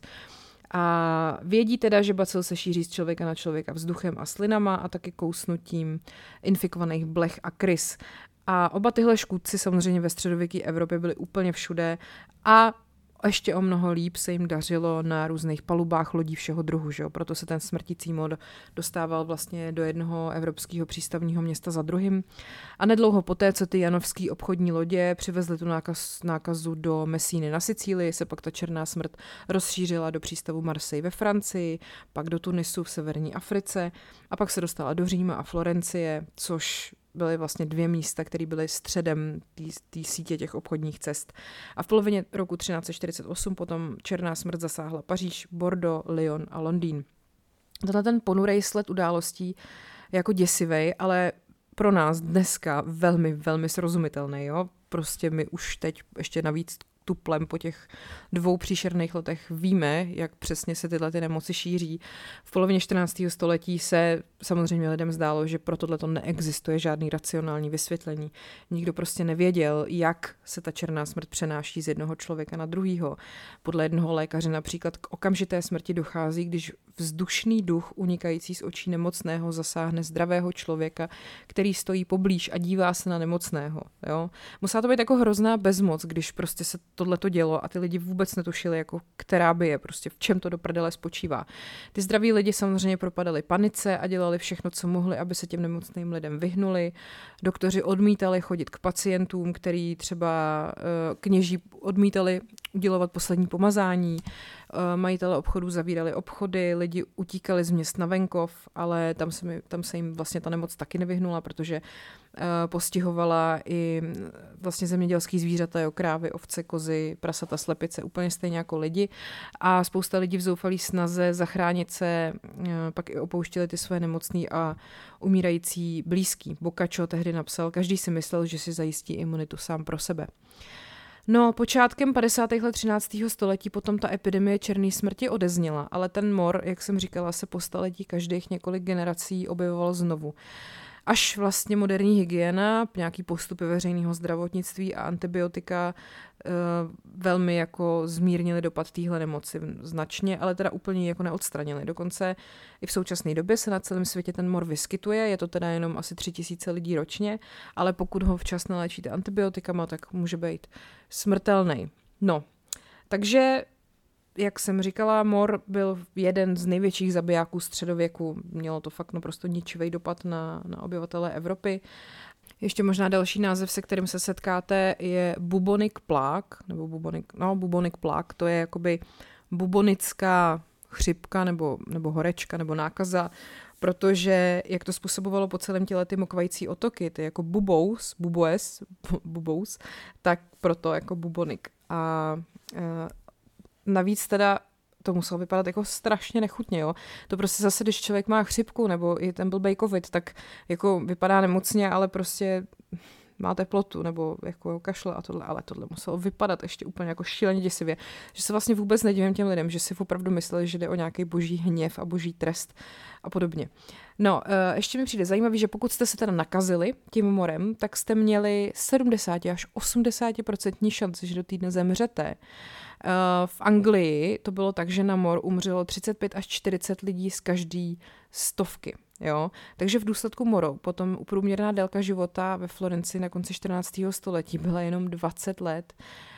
A vědí teda, že bacil se šíří z člověka na člověka vzduchem a slinama a taky kousnutím infikovaných blech a krys. A oba tyhle škůdci samozřejmě ve středověké Evropě byli úplně všude a ještě o mnoho líp se jim dařilo na různých palubách lodí všeho druhu, že jo? Proto se ten smrtící mod dostával vlastně do jednoho evropského přístavního města za druhým. A nedlouho poté, co ty janovský obchodní lodě přivezly tu nákaz, nákazu do Messíny na Sicílii, se pak ta černá smrt rozšířila do přístavu Marseille ve Francii, pak do Tunisu v severní Africe a pak se dostala do Říma a Florencie, což byly vlastně dvě místa, které byly středem té sítě těch obchodních cest. A v polovině roku třináct set čtyřicet osm potom černá smrt zasáhla Paříž, Bordeaux, Lyon a Londýn. Tenhle ten ponurej sled událostí jako děsivej, ale pro nás dneska velmi, velmi srozumitelný. Jo? Prostě my už teď ještě navíc tuplem po těch dvou příšerných letech víme, jak přesně se tyhle ty nemoci šíří. V polovině čtrnáctého století se samozřejmě lidem zdálo, že pro tohleto neexistuje žádný racionální vysvětlení. Nikdo prostě nevěděl, jak se ta černá smrt přenáší z jednoho člověka na druhýho. Podle jednoho lékaře například k okamžité smrti dochází, když vzdušný duch unikající z očí nemocného zasáhne zdravého člověka, který stojí poblíž a dívá se na nemocného. Jo? Musela to být jako hrozná bezmoc, když prostě se tohleto dělo a ty lidi vůbec netušili, jako která by je, prostě v čem to do prdele spočívá. Ty zdraví lidi samozřejmě propadali panice a dělali všechno, co mohli, aby se těm nemocným lidem vyhnuli. Doktoři odmítali chodit k pacientům, který třeba kněží odmítali udělovat poslední pomazání. Majitele obchodů zavírali obchody, lidi utíkali z měst na venkov, ale tam se, mi, tam se jim vlastně ta nemoc taky nevyhnula, protože postihovala i vlastně zemědělský zvířata, jo, krávy, ovce, kozy, prasata, slepice, úplně stejně jako lidi. A spousta lidí v zoufalý snaze zachránit se pak i opouštěli ty své nemocný a umírající blízký. Boccaccio tehdy napsal, každý si myslel, že si zajistí imunitu sám pro sebe. No, počátkem padesátých let třináctého století potom ta epidemie černé smrti odezněla, ale ten mor, jak jsem říkala, se po staletí každých několik generací objevoval znovu. Až vlastně moderní hygiena, nějaký postupy veřejného zdravotnictví a antibiotika e, velmi jako zmírnili dopad téhle nemoci značně, ale teda úplně jako neodstranili. Dokonce i v současné době se na celém světě ten mor vyskytuje, je to teda jenom asi tři tisíce lidí ročně, ale pokud ho včas neléčíte antibiotikama, tak může být smrtelný. No, takže jak jsem říkala, mor byl jeden z největších zabijáků středověku. Mělo to fakt naprosto ničivý dopad na, na obyvatele Evropy. Ještě možná další název, se kterým se setkáte, je bubonic plague, nebo bubonic, no, bubonic plague, to je jakoby bubonická chřipka nebo, nebo horečka nebo nákaza, protože jak to způsobovalo po celém těle ty mokvající otoky, ty jako bubous, buboes, bubous, tak proto jako bubonic. A e, navíc teda to muselo vypadat jako strašně nechutně, jo. To prostě zase, když člověk má chřipku nebo i ten blbej covid, tak jako vypadá nemocně, ale prostě má teplotu nebo jako kašle a tohle, ale tohle muselo vypadat ještě úplně jako šíleně děsivě, že se vlastně vůbec nedivím těm lidem, že si opravdu mysleli, že jde o nějaký boží hněv a boží trest a podobně. No, ještě mi přijde zajímavý, že pokud jste se teda nakazili tím morem, tak jste měli sedmdesát až osmdesát procent šanci, že do týdne zemřete. V Anglii to bylo tak, že na mor umřelo třicet pět až čtyřicet lidí z každý stovky. Jo? Takže v důsledku moru potom průměrná délka života ve Florencii na konci čtrnáctého století byla jenom dvacet let.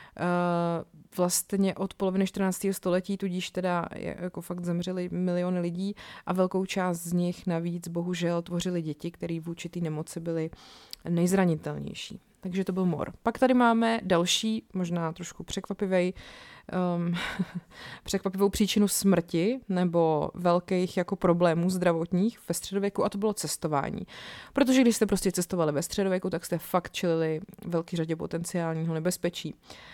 Vlastně od poloviny čtrnáctého století tudíž teda jako fakt zemřeli miliony lidí a velkou část z nich navíc bohužel tvořili děti, které vůči té nemoci byly nejzranitelnější. Takže to byl mor. Pak tady máme další, možná trošku překvapivý, um, překvapivou příčinu smrti nebo velkých jako problémů zdravotních ve středověku a to bylo cestování. Protože když jste prostě cestovali ve středověku, tak jste fakt čelili velký řadě potenciálního nebezpečí.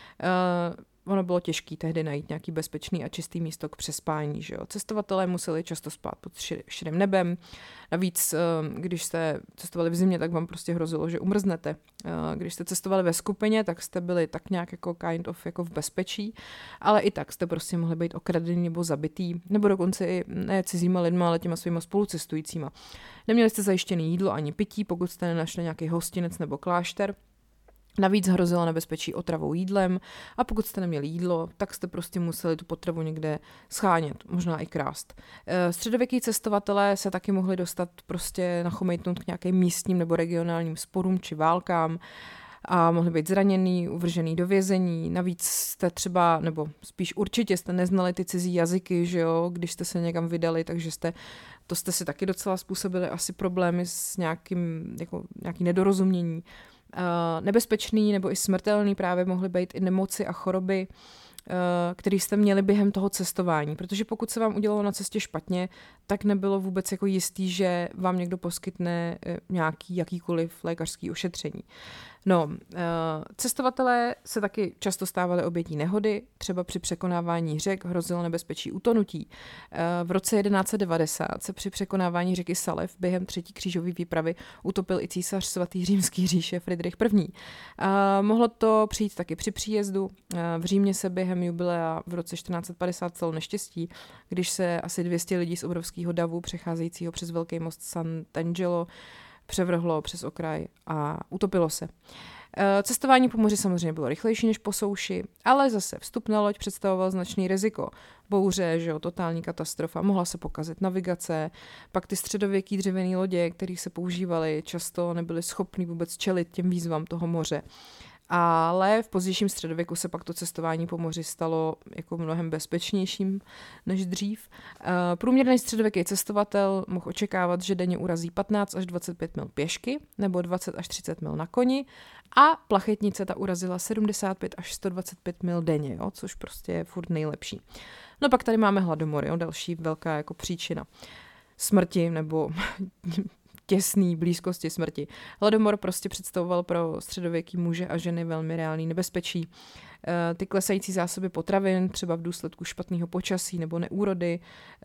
Uh, Ono bylo těžké tehdy najít nějaký bezpečný a čistý místo k přespání. Že jo? Cestovatelé museli často spát pod širým nebem. Navíc, když jste cestovali v zimě, tak vám prostě hrozilo, že umrznete. Když jste cestovali ve skupině, tak jste byli tak nějak jako kind of jako v bezpečí, ale i tak jste prostě mohli být okradení nebo zabitý, nebo dokonce i ne cizíma lidma, ale těma svýma spolucestujícíma. Neměli jste zajištěné jídlo ani pití, pokud jste nenašli nějaký hostinec nebo klášter. Navíc hrozilo nebezpečí otravou jídlem a pokud jste neměli jídlo, tak jste prostě museli tu potravu někde schánět, možná i krást. Středověký cestovatelé se taky mohli dostat prostě nachomejtnout k nějakým místním nebo regionálním sporům či válkám a mohli být zraněný, uvržený do vězení. Navíc jste třeba, nebo spíš určitě jste neznali ty cizí jazyky, že jo, když jste se někam vydali, takže jste, to jste si taky docela způsobili asi problémy s nějakým, jako nějaký nedorozumění. Uh, nebezpečný nebo i smrtelný právě mohly být i nemoci a choroby, uh, které jste měli během toho cestování. Protože pokud se vám udělalo na cestě špatně, tak nebylo vůbec jako jistý, že vám někdo poskytne uh, nějaký jakýkoliv lékařský ošetření. No, cestovatelé se taky často stávali obětí nehody, třeba při překonávání řek hrozilo nebezpečí utonutí. V roce jedenáct set devadesát se při překonávání řeky Salev během třetí křížové výpravy utopil i císař svatý římský říše Fridrich první. Mohlo to přijít taky při příjezdu. V Římě se během jubilea v roce čtrnáct set padesát stalo neštěstí, když se asi dvě stě lidí z obrovského davu přecházejícího přes velký most Sant'Angelo převrhlo přes okraj a utopilo se. Cestování po moři samozřejmě bylo rychlejší než po souši, ale zase vstup na loď představoval značný riziko. Bouře, že jo, totální katastrofa, mohla se pokazit navigace, pak ty středověký dřevěné lodě, které se používaly, často nebyly schopný vůbec čelit těm výzvám toho moře. Ale v pozdějším středověku se pak to cestování po moři stalo jako mnohem bezpečnějším než dřív. Průměrný středověký cestovatel mohl očekávat, že denně urazí patnáct až dvacet pět mil pěšky nebo dvacet až třicet mil na koni a plachetnice ta urazila sedmdesát pět až sto dvacet pět mil denně, jo, což prostě je furt nejlepší. No pak tady máme hladomor, jo, další velká jako příčina smrti nebo těsný blízkosti smrti. Hladomor prostě představoval pro středověký muže a ženy velmi reálný nebezpečí. Ty klesající zásoby potravin, třeba v důsledku špatného počasí nebo neúrody,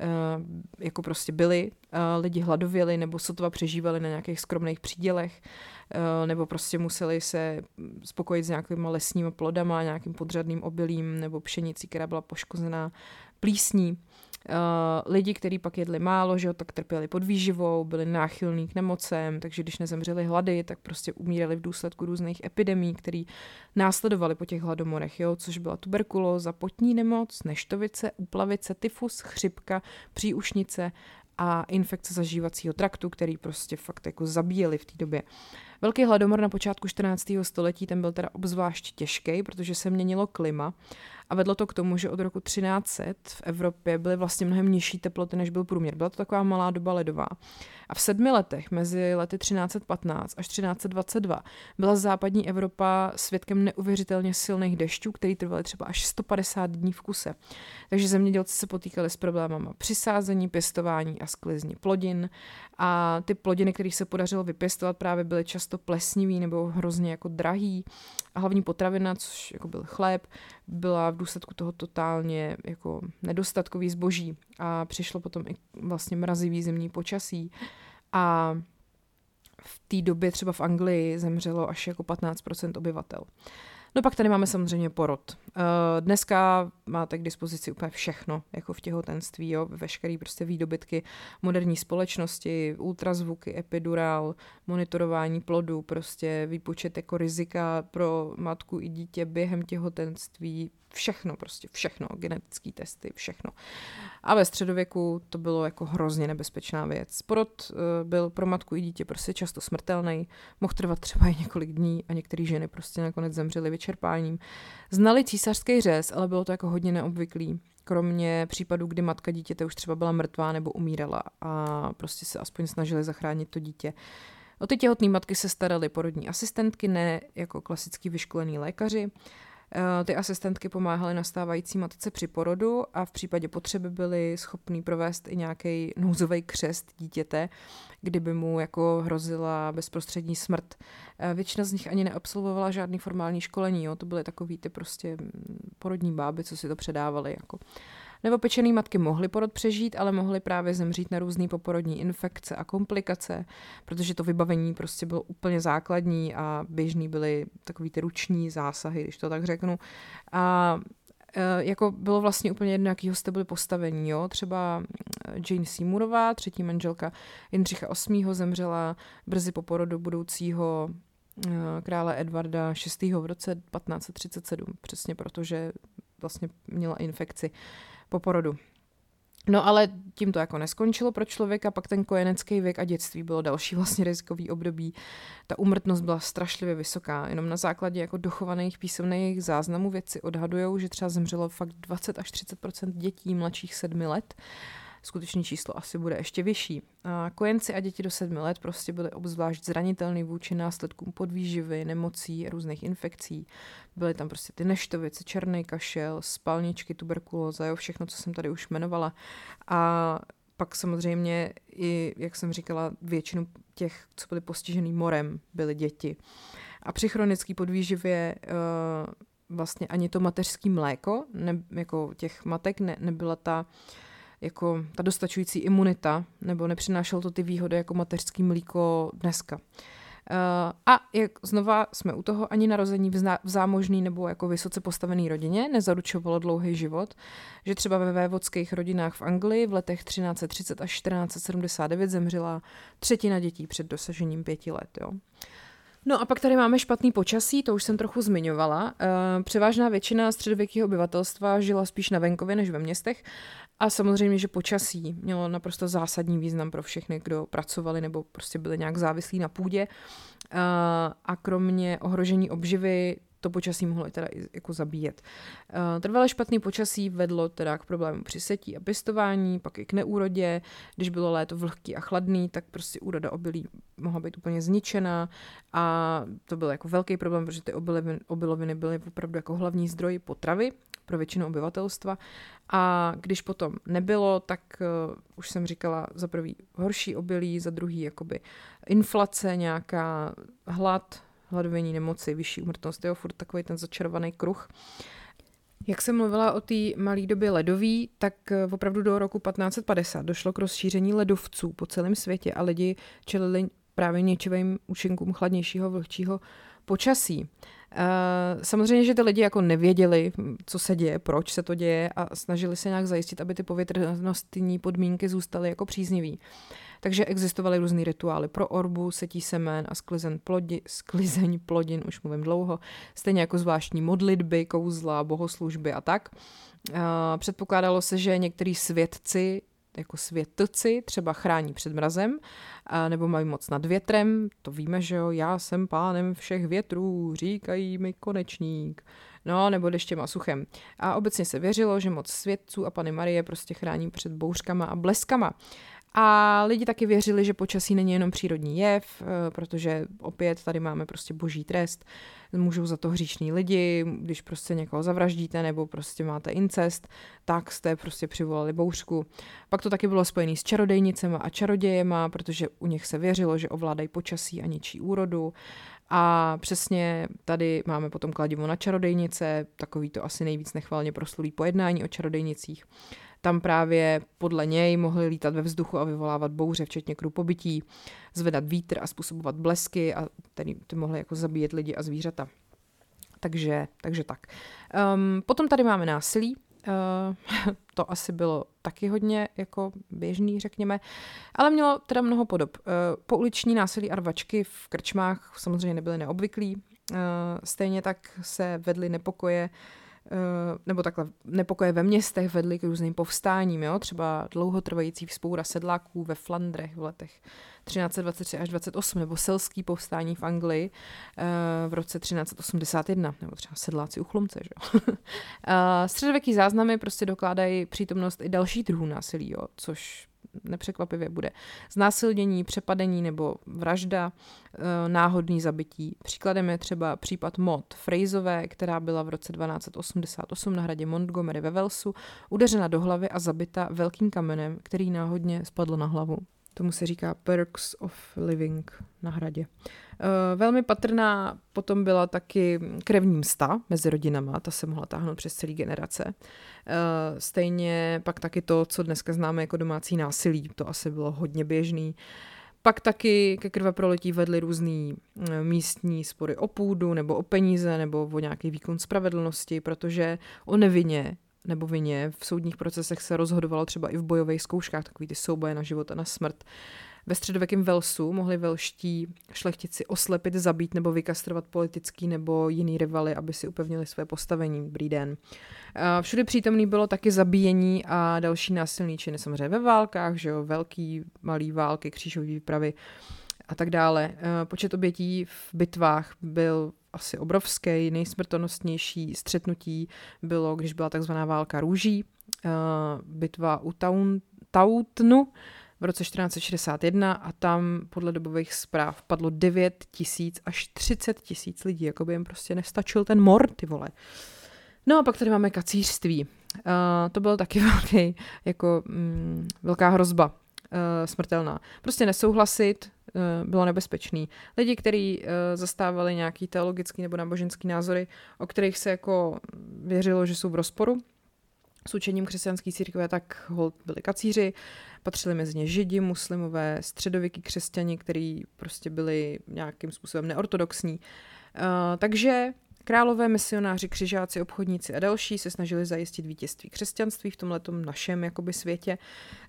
jako prostě byly, lidi hladověli nebo sotva přežívali na nějakých skromných přídělech, nebo prostě museli se spokojit s nějakýma lesníma plodama, nějakým podřadným obilím nebo pšenicí, která byla poškozená plísní. Uh, lidi, kteří pak jedli málo, že jo, tak trpěli podvýživou, byli náchylní k nemocem, takže když nezemřeli hlady, tak prostě umírali v důsledku různých epidemií, které následovaly po těch hladomorech, jo, což byla tuberkulóza, potní nemoc, neštovice, úplavice, tyfus, chřipka, příušnice a infekce zažívacího traktu, který prostě fakt jako zabíjeli v té době. Velký hladomor na počátku čtrnáctého století, ten byl teda obzvlášť těžký, protože se měnilo klima a vedlo to k tomu, že od roku třináct set v Evropě byly vlastně mnohem nižší teploty, než byl průměr. Byla to taková malá doba ledová. A v sedmi letech, mezi lety třináct set patnáct až třináct set dvacet dva, byla západní Evropa svědkem neuvěřitelně silných dešťů, které trvaly třeba až sto padesát dní v kuse. Takže zemědělci se potýkali s problémama přisázení, pěstování a sklizni plodin. A ty plodiny, které se podařilo vypěstovat, právě byly často plesnivý nebo hrozně jako drahý. A hlavní potravina, což jako byl chléb, byla v důsledku toho totálně jako nedostatkový zboží. A přišlo potom i vlastně mrazivý zimní počasí. A v té době třeba v Anglii zemřelo až jako patnáct procent obyvatel. No pak tady máme samozřejmě porod. Dneska máte k dispozici úplně všechno, jako v těhotenství, jo, veškerý prostě výdobytky moderní společnosti, ultrazvuky, epidural, monitorování plodu, prostě výpočet jako rizika pro matku i dítě během těhotenství, všechno, prostě všechno, genetické testy, všechno. A ve středověku to bylo jako hrozně nebezpečná věc. Porod byl pro matku i dítě prostě často smrtelný, mohl trvat třeba i několik dní a některé ženy prostě nakonec zemřely vyčerpáním. Znali císařský řez, ale bylo to jako hodně neobvyklý. Kromě případů, kdy matka dítěte už třeba byla mrtvá nebo umírala a prostě se aspoň snažili zachránit to dítě. O ty těhotné matky se staraly porodní asistentky, ne jako klasický vyškolení lékaři. Ty asistentky pomáhaly nastávající matce při porodu a v případě potřeby byly schopný provést i nějaký nouzový křest dítěte, kdyby mu jako hrozila bezprostřední smrt. Většina z nich ani neabsolvovala žádný formální školení, jo? To byly takový ty prostě porodní báby, co si to předávali jako. Novopečený matky mohly porod přežít, ale mohly právě zemřít na různé poporodní infekce a komplikace, protože to vybavení prostě bylo úplně základní a běžný byly takový ty ruční zásahy, když to tak řeknu. A e, jako bylo vlastně úplně jedno, jakýho jste byli postavení. Jo? Třeba Jane Seymorová, třetí manželka Jindřicha osmého zemřela brzy po porodu budoucího e, krále Edvarda šestého v roce patnáct set třicet sedm, přesně protože vlastně měla infekci po porodu. No ale tím to jako neskončilo pro člověka, pak ten kojenecký věk a dětství bylo další vlastně rizikový období. Ta úmrtnost byla strašlivě vysoká, jenom na základě jako dochovaných písemných záznamů vědci odhadujou, že třeba zemřelo fakt dvacet až třicet procent dětí mladších sedmi let. Skutečné číslo asi bude ještě vyšší. A kojenci a děti do sedmi let prostě byly obzvlášť zranitelný vůči následkům podvýživy, nemocí a různých infekcí. Byly tam prostě ty neštovice, černý kašel, spalničky, tuberkulóza, jo, všechno, co jsem tady už jmenovala. A pak samozřejmě i, jak jsem říkala, většinu těch, co byly postižený morem, byly děti. A při chronické podvýživě uh, vlastně ani to mateřský mléko, ne, jako těch matek, ne, nebyla ta jako ta dostačující imunita, nebo nepřinášelo to ty výhody jako mateřský mlíko dneska. Uh, a jak znova jsme u toho, ani narození v, zá, v zámožný nebo jako vysoce postavený rodině nezaručovalo dlouhý život, že třeba ve vévodských rodinách v Anglii v letech třináct set třicet až čtrnáct set sedmdesát devět zemřela třetina dětí před dosažením pěti let. Jo. No a pak tady máme špatný počasí, to už jsem trochu zmiňovala. E, převážná většina středověkého obyvatelstva žila spíš na venkově než ve městech a samozřejmě, že počasí mělo naprosto zásadní význam pro všechny, kdo pracovali nebo prostě byli nějak závislí na půdě. E, a kromě ohrožení obživy to počasí mohlo i teda i jako zabíjet. Uh, trvalé špatné počasí vedlo teda k problému při setí a pěstování, pak i k neúrodě. Když bylo léto vlhký a chladný, tak prostě úroda obilí mohla být úplně zničená a to byl jako velký problém, protože ty obiloviny, obiloviny byly opravdu jako hlavní zdroj potravy pro většinu obyvatelstva. A když potom nebylo, tak uh, už jsem říkala, za prvý horší obilí, za druhý jakoby inflace, nějaká hlad, hladovění, nemoci, vyšší úmrtnost, jo, furt takový ten začarovaný kruh. Jak jsem mluvila o té malé době ledové, tak opravdu do roku patnáct set padesát došlo k rozšíření ledovců po celém světě a lidi čelili právě ničivým účinkům chladnějšího, vlhčího počasí. Samozřejmě, že ty lidi jako nevěděli, co se děje, proč se to děje a snažili se nějak zajistit, aby ty povětrnostní podmínky zůstaly jako příznivý. Takže existovaly různý rituály pro orbu, setí semen a sklizeň, plodi, sklizeň plodin, už mluvím dlouho, stejně jako zvláštní modlitby, kouzla, bohoslužby a tak. Předpokládalo se, že některý svědci jako světci třeba chrání před mrazem, nebo mají moc nad větrem, to víme, že jo, já jsem pánem všech větrů, říkají mi konečník, no, nebo deštěm a suchem. A obecně se věřilo, že moc světců a Panny Marie prostě chrání před bouřkama a bleskama. A lidi taky věřili, že počasí není jenom přírodní jev, protože opět tady máme prostě boží trest, můžou za to hříšní lidi, když prostě někoho zavraždíte nebo prostě máte incest, tak jste prostě přivolali bouřku. Pak to taky bylo spojené s čarodejnicema a čarodějema, protože u nich se věřilo, že ovládají počasí a ničí úrodu. A přesně tady máme potom kladivo na čarodejnice, takový to asi nejvíc nechvalně proslulý pojednání o čarodejnicích. Tam právě podle něj mohli lítat ve vzduchu a vyvolávat bouře, včetně krupobytí, zvedat vítr a způsobovat blesky a tedy ty mohly jako zabíjet lidi a zvířata. Takže, takže tak. Um, potom tady máme násilí. Uh, to asi bylo taky hodně jako běžný, řekněme, ale mělo teda mnoho podob. Uh, pouliční násilí a rvačky v krčmách samozřejmě nebyly neobvyklý. Uh, stejně tak se vedly nepokoje nebo takhle nepokoje ve městech vedly k různým povstáním, jo? Třeba dlouhotrvající vzpoura sedláků ve Flandrech v letech třináct set dvacet tři až dvacet osm, nebo selský povstání v Anglii v roce třináct set osmdesát jedna, nebo třeba sedláci u Chlumce. Že? Středověký záznamy prostě dokládají přítomnost i další druhů násilí, jo? Což nepřekvapivě bude znásilnění, přepadení nebo vražda, náhodný zabití. Příkladem je třeba případ Maud Fraserové, která byla v roce dvanáct set osmdesát osm na hradě Montgomery ve Walesu udeřena do hlavy a zabita velkým kamenem, který náhodně spadl na hlavu. Tomu se říká Perks of Living na hradě. Velmi patrná potom byla taky krevní msta mezi rodinama, ta se mohla táhnout přes celý generace. Stejně pak taky to, co dneska známe jako domácí násilí, to asi bylo hodně běžný. Pak taky ke krveprolití vedly různý místní spory o půdu nebo o peníze nebo o nějaký výkon spravedlnosti, protože o nevině nebo vině v soudních procesech se rozhodovalo třeba i v bojových zkouškách, takový ty souboje na život a na smrt. Ve středověkém Walesu mohli velští šlechtici oslepit, zabít nebo vykastrovat politický nebo jiný rivaly, aby si upevnili své postavení. Dobrý den. Všude přítomný bylo taky zabíjení a další násilný činy, samozřejmě ve válkách, že jo, velký, malý války, křížové výpravy a tak dále. Počet obětí v bitvách byl asi obrovský, nejsmrtonostnější střetnutí bylo, když byla takzvaná válka růží, bitva u Tautnu v roce čtrnáct set šedesát jedna a tam podle dobových zpráv padlo devět tisíc až třicet tisíc lidí, jako by jim prostě nestačil ten mor, ty vole. No a pak tady máme kacířství. Uh, to byl taky velký, jako mm, velká hrozba, uh, smrtelná. Prostě nesouhlasit uh, bylo nebezpečný. Lidi, kteří uh, zastávali nějaký teologický nebo náboženský názory, o kterých se jako věřilo, že jsou v rozporu s učením křesťanské církve, tak holt byli kacíři, patřili mezi ně židi, muslimové, středověký křesťani, kteří prostě byli nějakým způsobem neortodoxní. Uh, takže králové, misionáři, křižáci, obchodníci a další se snažili zajistit vítězství křesťanství v tomhletom našem jakoby světě.